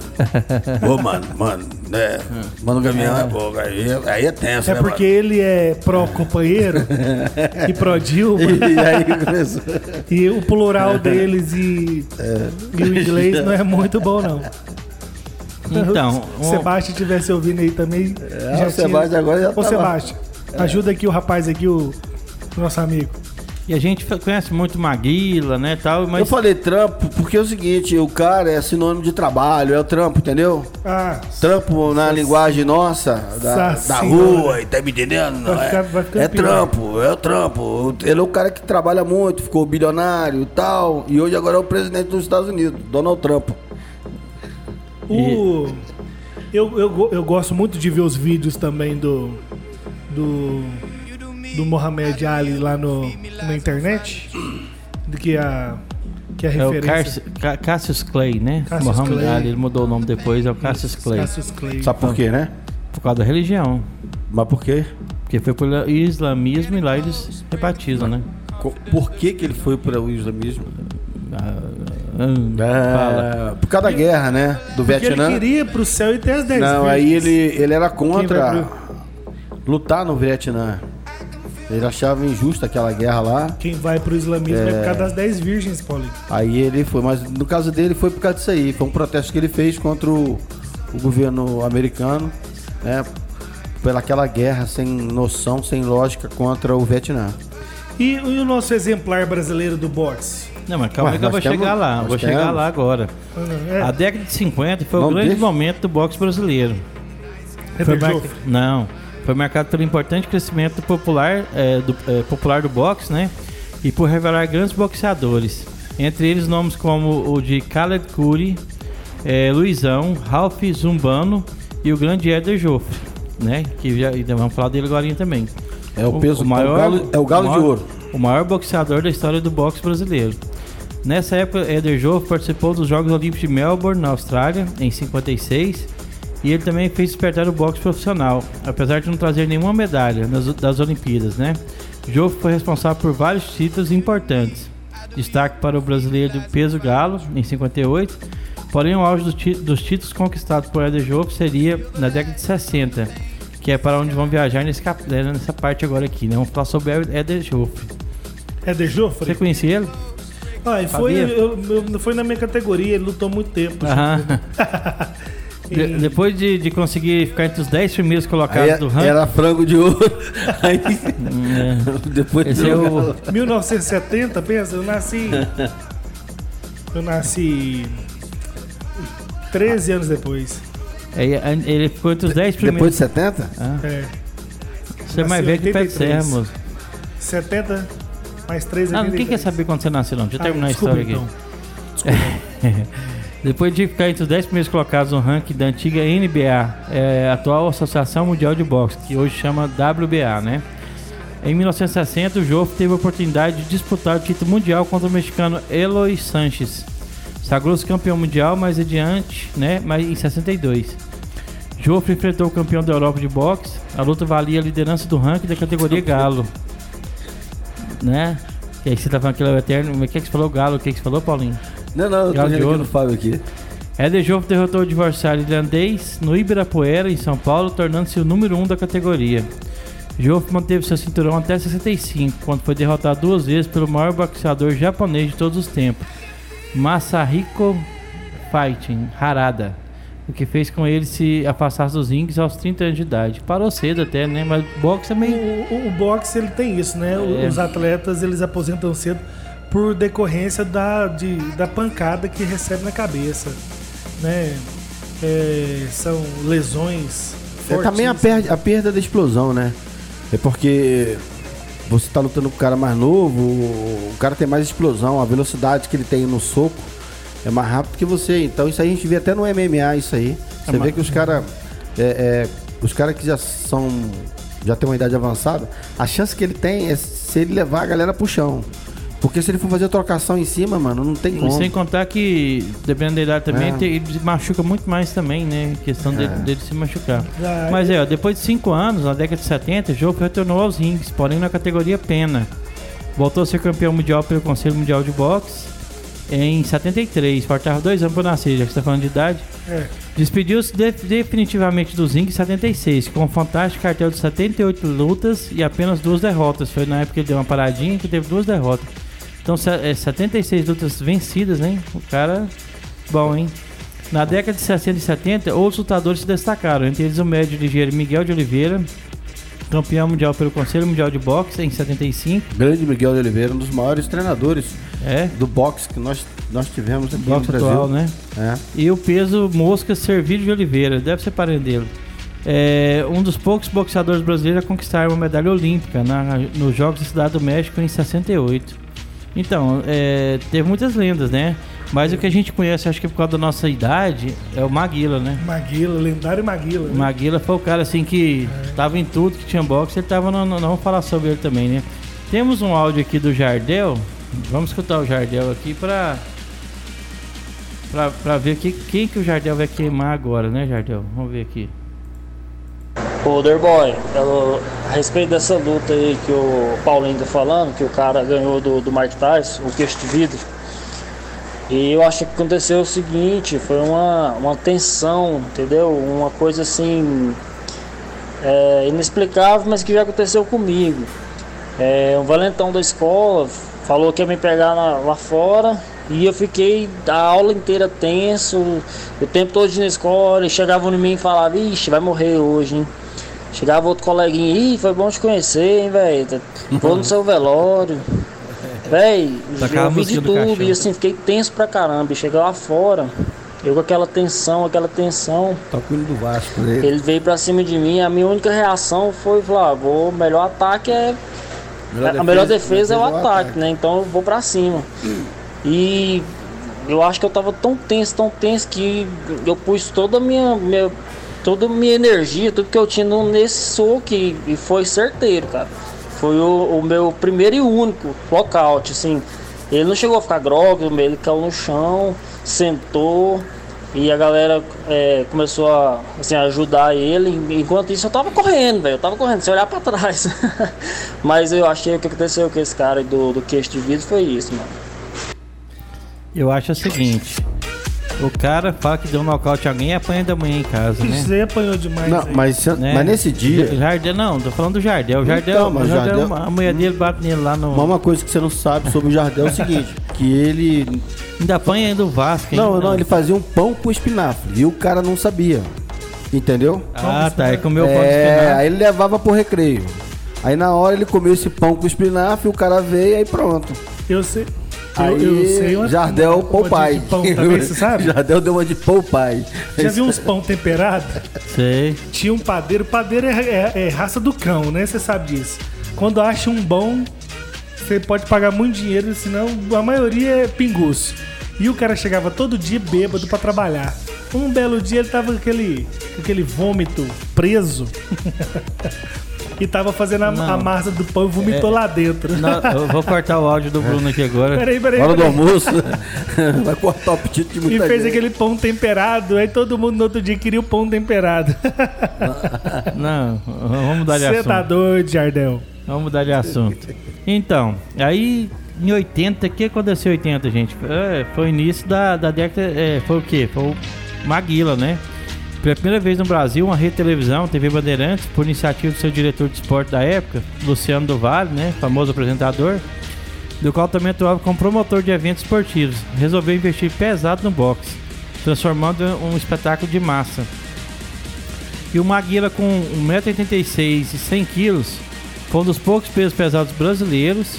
mano, caminhão aí é tenso, É né, porque ele é pró-companheiro e pró-Dilma. E aí começou. E o plural deles e o inglês não é muito bom, não. Então, Se o Sebastião estivesse ouvindo aí também. O Sebastião agora já tá. Ô, Sebastião, ajuda aqui o rapaz aqui, o nosso amigo. e a gente conhece muito Maguila, né, tal, mas... Eu falei trampo porque é o seguinte, o cara é sinônimo de trabalho, é o trampo, entendeu? Trampo na linguagem nossa, da rua, tá me entendendo? Vai ficar trampo, é o trampo. Ele é o cara que trabalha muito, ficou bilionário e tal, e hoje agora é o presidente dos Estados Unidos, Donald Trump. Eu gosto muito de ver os vídeos também do Mohamed Ali lá na internet, do que a referência. É o Cassius Clay, né? Cassius Mohamed Clay. Ali, ele mudou o nome depois, é o Cassius Clay. Cassius Clay. Sabe por quê, né? Por causa da religião. Mas por quê? Porque foi pelo islamismo e lá eles rebatizam, né? Por que ele foi para o islamismo? Fala. Por causa da guerra, né? Do Porque Vietnã. ele queria ir pro céu e ter as 10 Não, aí ele era Quem contra vai lutar no Vietnã. Ele achava injusta aquela guerra lá. Quem vai pro islamismo é por causa das 10 virgens, Paulinho. Aí ele foi, mas no caso dele foi por causa disso aí. Foi um protesto que ele fez contra o governo americano, né? Pelaquela guerra sem noção, sem lógica contra o Vietnã. E o nosso exemplar brasileiro do boxe? Não, mas calma aí que eu vou chegar lá. Vou chegar lá agora. A década de 50 foi o grande momento do boxe brasileiro. Foi marcado pelo importante crescimento popular do boxe, né? E por revelar grandes boxeadores. Entre eles nomes como o de Khaled Curry, Luizão, Ralph Zumbano e o grande Éder Joffre, né? Que já vamos falar dele agora também. É o peso, é o galo de ouro. O maior boxeador da história do boxe brasileiro. Nessa época, Éder Joffre participou dos Jogos Olímpicos de Melbourne, na Austrália, em 56, e ele também fez despertar o boxe profissional, apesar de não trazer nenhuma medalha das Olimpíadas, né? Joffre foi responsável por vários títulos importantes. Destaque para o brasileiro do peso galo, em 58, porém o auge dos títulos conquistados por Éder Joffre seria na década de 60, que é para onde vão viajar nessa parte agora aqui, né? Vamos falar sobre Éder Joffre. Éder Joffre? Você conhecia ele? Foi na minha categoria, ele lutou muito tempo. Depois de conseguir ficar entre os 10 primeiros colocados do ranking. Era frango de ouro. Aí, depois esse é o 1970, pensa, eu nasci 13 anos depois. Ele ficou entre os 10 primeiros. Depois de 70? Você mais velho que Pé de Serra, moço. 70 mais 13 Não, ninguém quer saber quando você nasceu, não. Deixa eu terminar a história aqui. Desculpa. Depois de ficar entre os 10 primeiros colocados no ranking da antiga NBA, atual Associação Mundial de Boxe, que hoje chama WBA, né? Em 1960, o Joffre teve a oportunidade de disputar o título mundial contra o mexicano Eloy Sanchez. Sagrou-se campeão mundial mais adiante, né? Mas em 62. Joffre enfrentou o campeão da Europa de boxe. A luta valia a liderança do ranking da categoria galo. Né? E aí você tá falando que ele é o eterno. O que você falou, galo? O que você falou, Paulinho? Não, eu tô vendo aqui no Fábio aqui. Éder Joffre derrotou o adversário irlandês no Ibirapuera, em São Paulo, tornando-se o número 1 da categoria. Joffre manteve seu cinturão até 65, quando foi derrotado 2 vezes pelo maior boxeador japonês de todos os tempos, Masahiko Fighting Harada, o que fez com ele se afastar dos rings aos 30 anos de idade. Parou cedo até, né? Mas o boxe é meio... O boxe, ele tem isso, né? Os atletas, eles aposentam cedo por decorrência da pancada que recebe na cabeça, né? São lesões fortes. Também a perda da explosão, né? É porque você tá lutando com o cara mais novo, o cara tem mais explosão, a velocidade que ele tem no soco é mais rápido que você. Então isso aí a gente vê até no MMA, isso aí. Você vê que os caras que já tem uma idade avançada, a chance que ele tem é se ele levar a galera pro chão. Porque se ele for fazer trocação em cima, mano, não tem como. E sem contar que, dependendo da idade também, ele machuca muito mais também, né? Questão dele se machucar. Mas depois de 5 anos, na década de 70, o jogo retornou aos rings, porém na categoria pena. Voltou a ser campeão mundial pelo Conselho Mundial de Boxe em 73, faltava 2 anos para nascer, já que você está falando de idade. Despediu-se definitivamente dos rings em 76, com um fantástico cartel de 78 lutas e apenas 2 derrotas. Foi na época que ele deu uma paradinha que teve 2 derrotas. Então, 76 lutas vencidas, né? O cara, bom, hein? Na década de 60 e 70, outros lutadores se destacaram, entre eles o médio ligeiro Miguel de Oliveira, campeão mundial pelo Conselho Mundial de Boxe em 75. Grande Miguel de Oliveira, um dos maiores treinadores do boxe que nós tivemos aqui boxe no Brasil. Atual, né? E o peso mosca Servílio de Oliveira, deve ser parente dele. Um dos poucos boxeadores brasileiros a conquistar uma medalha olímpica nos Jogos da Cidade do México em 68. Então, teve muitas lendas, né? Mas o que a gente conhece, acho que por causa da nossa idade, é o Maguila, né? Maguila, lendário Maguila. Né? Maguila foi o cara assim que tava em tudo que tinha boxe, ele tava não vamos falar sobre ele também, né? Temos um áudio aqui do Jardel. Vamos escutar o Jardel aqui pra ver quem que o Jardel vai queimar agora, né, Jardel? Vamos ver aqui. Ô, Derboy, a respeito dessa luta aí que o Paulinho tá falando, que o cara ganhou do Mike Tyson, o queixo de vidro. E eu acho que aconteceu o seguinte, foi uma tensão, entendeu? Uma coisa assim, inexplicável, mas que já aconteceu comigo. Um valentão da escola falou que ia me pegar lá fora e eu fiquei a aula inteira tenso, o tempo todo na escola, e chegavam em mim e falavam, ixi, vai morrer hoje, hein? Chegava outro coleguinha, ih, foi bom te conhecer, hein, velho, vou no seu velório. Véi, eu vi de tudo e assim, fiquei tenso pra caramba. E cheguei lá fora, eu com aquela tensão. Tá com do Vasco, né? Ele veio pra cima de mim, a minha única reação foi falar, o melhor ataque a melhor defesa é o ataque, né? Então eu vou pra cima. E eu acho que eu tava tão tenso que eu pus toda a minha energia, tudo que eu tinha nesse soco e foi certeiro, cara. Foi o meu primeiro e único nocaute, assim. Ele não chegou a ficar grogue, ele caiu no chão, sentou e a galera começou a ajudar ele. Enquanto isso eu tava correndo, velho. Eu tava correndo, sem olhar pra trás. Mas eu achei que o que aconteceu com esse cara do queixo de vidro foi isso, mano. Eu acho o seguinte. O cara fala que deu um nocaute a alguém e apanha da manhã em casa, né? Isso aí apanhou demais. Não, mas nesse dia... Jardel, não, tô falando do Jardel. O Jardel, então, mas Jardel, a mulher dele bate nele lá no... Uma coisa que você não sabe sobre o Jardel é o seguinte, que ele... Ainda apanha ainda o Vasco, hein? Não, ele fazia um pão com espinafre e o cara não sabia, entendeu? Ah, tá, ele comeu o pão com espinafre. Aí ele levava pro recreio. Aí na hora ele comeu esse pão com espinafre, o cara veio e aí pronto. Eu sei... Eu sei Jardel Poupai. Também, você sabe? Jardel deu uma de Poupai. Já viu uns pão temperado? Sei. Tinha um padeiro. Padeiro é raça do cão, né? Você sabe disso. Quando acha um bom, você pode pagar muito dinheiro, senão a maioria é pinguço. E o cara chegava todo dia bêbado pra trabalhar. Um belo dia ele tava com aquele vômito preso. E tava fazendo a massa do pão e vomitou lá dentro. Não, eu vou cortar o áudio do Bruno aqui agora. Peraí. Hora do almoço. Vai cortar o apetite de muita gente. E fez aquele pão temperado. Aí todo mundo no outro dia queria o pão temperado. Não, vamos mudar de assunto. Você tá doido, Jardel. Vamos mudar de assunto. Então, aí em 80, o que aconteceu em 80, gente? Foi o início da década... foi o quê? Foi o Maguila, né? Pela primeira vez no Brasil, uma rede de televisão, TV Bandeirantes, por iniciativa do seu diretor de esporte da época, Luciano do Vale, né, famoso apresentador, do qual também atuava como promotor de eventos esportivos, resolveu investir pesado no boxe, transformando um espetáculo de massa. E o Maguila, com 1,86m e 100 kg, foi um dos poucos pesos pesados brasileiros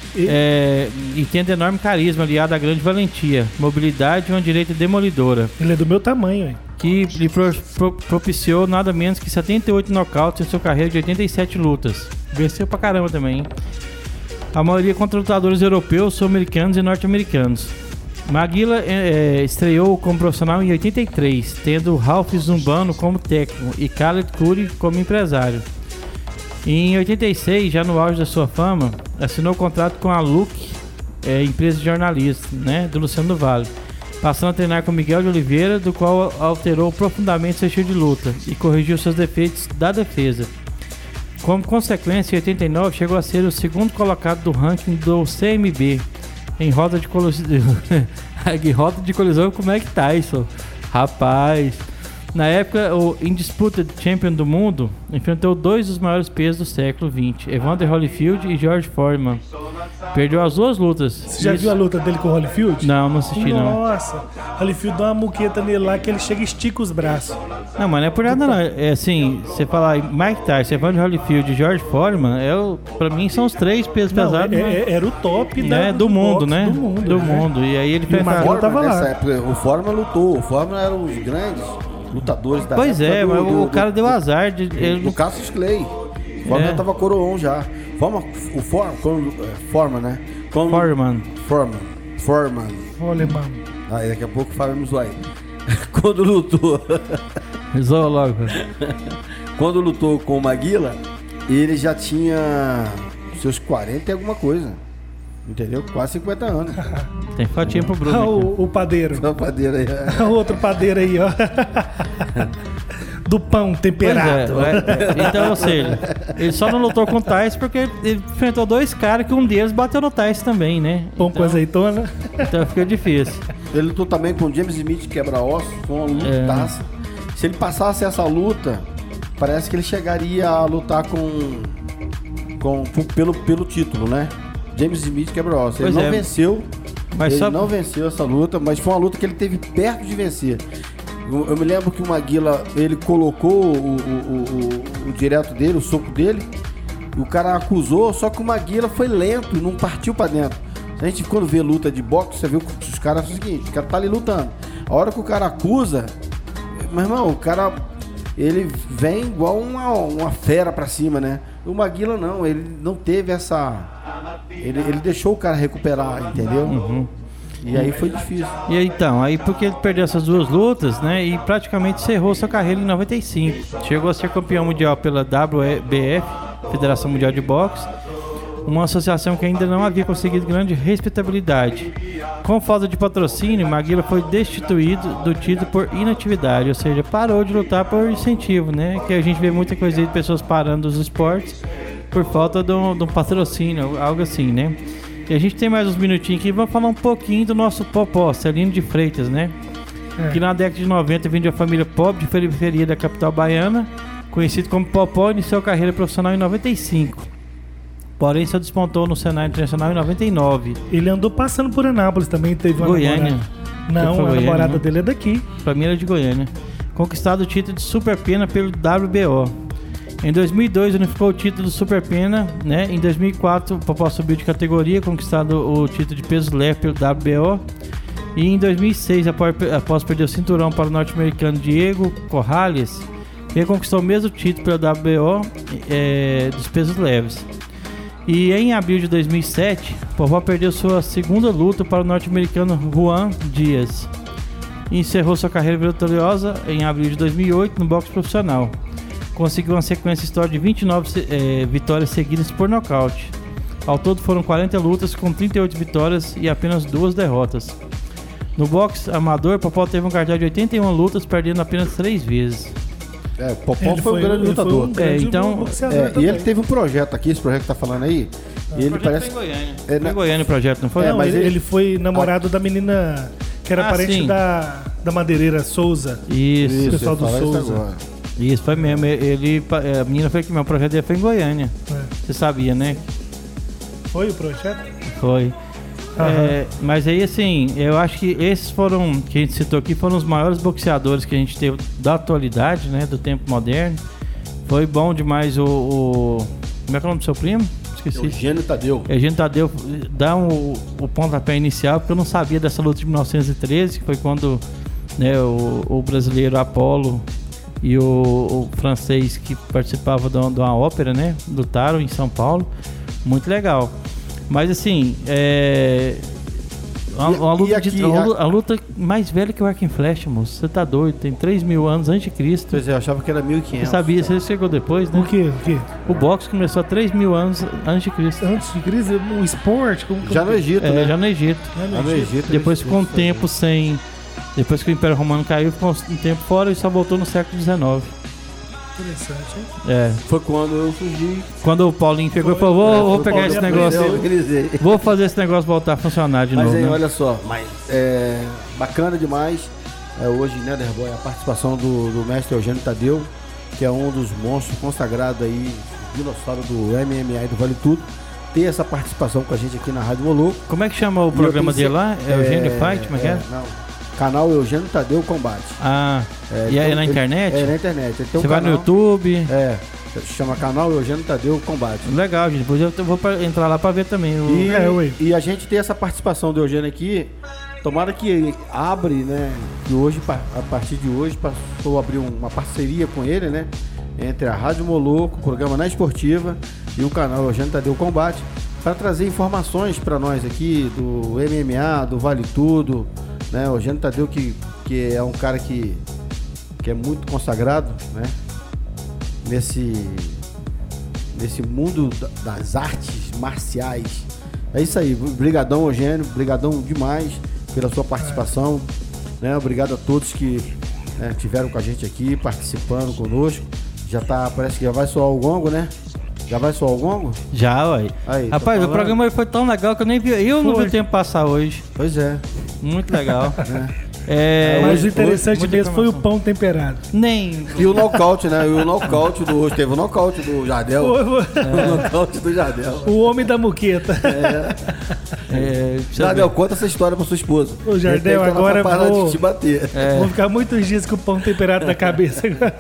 e tem enorme carisma, aliado à grande valentia, mobilidade e uma direita demolidora. Ele é do meu tamanho, hein? Que lhe propiciou nada menos que 78 nocautes em sua carreira de 87 lutas. Venceu pra caramba também, hein? A maioria contra lutadores europeus, sul-americanos e norte-americanos. Maguila estreou como profissional em 83, tendo Ralph Zumbano como técnico e Khaled Khoury como empresário. Em 86, já no auge da sua fama, assinou contrato com a Look empresa de jornalismo, né, do Luciano do Vale, passando a treinar com Miguel de Oliveira, do qual alterou profundamente seu estilo de luta e corrigiu seus defeitos da defesa. Como consequência, em 89 chegou a ser o segundo colocado do ranking do CMB em roda de colisão com o Mike Tyson. Rapaz, na época o Undisputed Champion do mundo enfrentou dois dos maiores pesos do século XX, Evander Holyfield e George Foreman. Perdeu as duas lutas. Você já viu a luta dele com o Holyfield? Não assisti. Nossa, Holyfield dá uma muqueta nele lá que ele chega e estica os braços. Não, mas não é por nada não. É assim, você falar Mike Tyson, Evander Holyfield e George Foreman, pra mim são os três pesos pesados. Era o top do mundo, né? Do mundo. E aí ele fez tava lá. Nessa época, o Foreman lutou. O Foreman era um dos grandes lutadores da época. Pois é, mas o cara deu azar. Do Cassius Clay. O Foreman tava coroão já. Foreman, né? Foreman. Olha, mano. Aí daqui a pouco falamos aí. Quando lutou. Resolve logo. Quando lutou com o Maguila, ele já tinha seus 40 e alguma coisa. Entendeu? Quase 50 anos. Tem fotinha pro Bruno. O padeiro. O padeiro aí. O outro padeiro aí, ó. Do pão temperado. Então, ou seja, ele só não lutou com o Tyson porque ele enfrentou dois caras que um deles bateu no Tyson também, né? Pão com azeitona. Então fica difícil. Ele lutou também com o James Smith, quebra-osso, com uma lutaça. Se ele passasse essa luta, parece que ele chegaria a lutar pelo título, né? James Smith quebra-osso. Ele não venceu. Não venceu essa luta, mas foi uma luta que ele teve perto de vencer. Eu me lembro que o Maguila, ele colocou o direto dele, o soco dele, e o cara acusou, só que o Maguila foi lento, não partiu pra dentro. A gente, quando vê luta de boxe, você vê que os caras, é o seguinte, o cara tá ali lutando. A hora que o cara acusa, meu irmão, o cara, ele vem igual uma fera pra cima, né? O Maguila não, ele não teve essa... Ele deixou o cara recuperar, entendeu? Uhum. E aí foi difícil. E aí, então, porque ele perdeu essas duas lutas, né? E praticamente encerrou sua carreira em 95. Chegou a ser campeão mundial pela WBF, Federação Mundial de Boxe, uma associação que ainda não havia conseguido grande respeitabilidade. Com falta de patrocínio, Maguila foi destituído do título por inatividade, ou seja, parou de lutar por incentivo, né? Que a gente vê muita coisa aí de pessoas parando os esportes por falta de um patrocínio, algo assim, né? E a gente tem mais uns minutinhos aqui, vamos falar um pouquinho do nosso Popó, Celino de Freitas, né? Que na década de 90 vinha de uma família pobre de periferia da capital baiana, conhecido como Popó, iniciou a carreira profissional em 95. Porém, só despontou no cenário internacional em 99. Ele andou passando por Anápolis também, teve uma Goiânia. Não, a namorada dele é daqui. Pra mim era de Goiânia. Conquistado o título de Super Pena pelo WBO. Em 2002 unificou o título do Super Pena, né? Em 2004 o Popó subiu de categoria, conquistado o título de peso leve pelo WBO. E em 2006, após perder o cinturão para o norte-americano Diego Corrales, ele conquistou o mesmo título pelo WBO dos pesos leves. E em abril de 2007, Popó perdeu sua segunda luta para o norte-americano Juan Dias e encerrou sua carreira vitoriosa em abril de 2008 no boxe profissional. Conseguiu uma sequência histórica de 29 vitórias seguidas por nocaute. Ao todo foram 40 lutas com 38 vitórias e apenas 2 derrotas. No boxe amador, Popó teve um cardeal de 81 lutas, perdendo apenas 3 vezes. O Popó foi um grande lutador. E ele teve um projeto aqui, esse projeto que tá falando aí. E ele parece. Foi em Goiânia. Foi em Goiânia o projeto, não foi? Não, mas ele foi namorado da menina que era parente da madeireira Souza. Isso, o pessoal do Souza. Isso, foi mesmo. A menina foi que meu projeto dele foi em Goiânia. Você sabia, né? Foi o projeto? Foi. Mas aí, assim, eu acho que esses foram, que a gente citou aqui, foram os maiores boxeadores que a gente teve da atualidade, né? Do tempo moderno. Foi bom demais como é que é o nome do seu primo? Esqueci. Eugênio Tadeu. Eugênio Tadeu dá o pontapé inicial, porque eu não sabia dessa luta de 1913, que foi quando, né, o brasileiro Apolo e o francês que participava de uma ópera, né, lutaram em São Paulo. Muito legal. Mas assim, A luta mais velha que o Arco e Flecha, moço. Você tá doido, tem 3.000 anos antes de Cristo. Pois é, eu achava que era 1.500. Você sabia, você chegou depois, né? O quê? O boxe começou há 3.000 anos antes de Cristo. Antes de Cristo, o esporte? Já no Egito, né? Já no Egito. Depois ficou um tempo sem... Depois que o Império Romano caiu, ficou um tempo fora e só voltou no século XIX. Interessante, hein? Foi quando eu surgi. Quando o Paulinho pegou e falou, vou pegar esse negócio. Vou fazer esse negócio voltar a funcionar de novo. Mas aí, né? olha só, bacana demais. Hoje, né, Derboy, a participação do mestre Eugênio Tadeu, que é um dos monstros consagrados aí, dinossauro do MMA e do Vale Tudo. Ter essa participação com a gente aqui na Rádio Moloco. Como é que chama o programa dele lá? Eugênio Fight? Como é que é? Não. Canal Eugênio Tadeu Combate. E é na internet? É na internet. Você vai no YouTube? Chama Canal Eugênio Tadeu Combate. Legal, gente. Depois eu vou entrar lá pra ver também. E a gente tem essa participação do Eugênio aqui. Tomara que abre, né? Que hoje, a partir de hoje, passou a abrir uma parceria com ele, né? Entre a Rádio Moloco, o programa Na Esportiva e o canal Eugênio Tadeu Combate, para trazer informações para nós aqui do MMA, do Vale Tudo, né? O Eugênio Tadeu que é um cara que é muito consagrado, né? Nesse mundo das artes marciais. É isso aí, brigadão Eugênio, brigadão demais pela sua participação, né? Obrigado a todos que tiveram com a gente aqui, participando conosco. Parece que já vai soar o gongo, né? Já vai soar o gongo? Já, ué. Aí, rapaz, o programa foi tão legal que eu nem vi. Não vi o tempo passar hoje. Pois é. Muito legal. Mas o interessante mesmo foi o pão temperado. E o nocaute, né? Teve o nocaute do Jardel. O nocaute do Jardel. O homem da muqueta. Jardel, conta essa história pra sua esposa. O Jardel, agora vou te bater. Vou ficar muitos dias com o pão temperado na cabeça.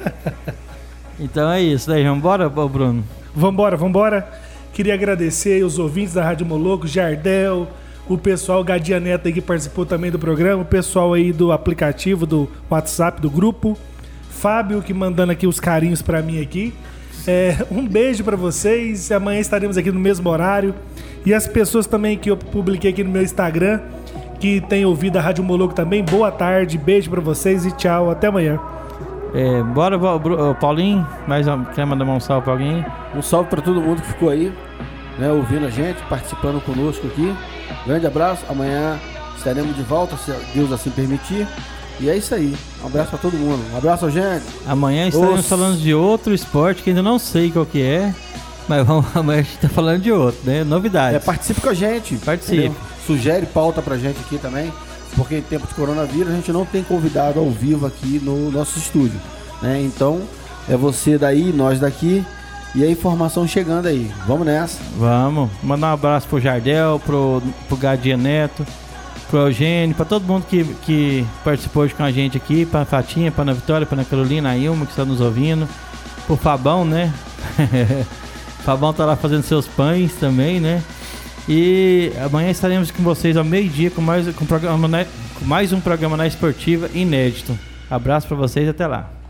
Então é isso, daí vambora, Bruno? Vambora. Queria agradecer os ouvintes da Rádio Moloco, Jardel, o pessoal Gadia Neto aí que participou também do programa, o pessoal aí do aplicativo, do WhatsApp, do grupo, Fábio que mandando aqui os carinhos pra mim aqui. Um beijo pra vocês, amanhã estaremos aqui no mesmo horário. E as pessoas também que eu publiquei aqui no meu Instagram, que tem ouvido a Rádio Moloco também, boa tarde, beijo pra vocês e tchau, até amanhã. Bora, Paulinho, quer mandar um salve pra alguém? Um salve pra todo mundo que ficou aí, né, ouvindo a gente, participando conosco aqui. Grande abraço, amanhã estaremos de volta, se Deus assim permitir. E é isso aí, um abraço pra todo mundo. Um abraço, gente. Amanhã estaremos falando de outro esporte que ainda não sei qual que é, mas amanhã a gente tá falando de outro, né? Novidades. Participe com a gente. Participe. Sugere pauta pra gente aqui também. Porque em tempo de coronavírus a gente não tem convidado ao vivo aqui no nosso estúdio, né? Então é você daí, nós daqui e a informação chegando aí. Vamos nessa. Vamos. Mandar um abraço pro Jardel, pro Gadia Neto, pro Eugênio, pra todo mundo que participou hoje com a gente aqui, pra Fatinha, pra Ana Vitória, pra Ana Carolina, a Ilma que está nos ouvindo, pro Fabão, né? Fabão tá lá fazendo seus pães também, né? E amanhã estaremos com vocês ao meio-dia com mais um programa na Esportiva inédito. Abraço para vocês e até lá.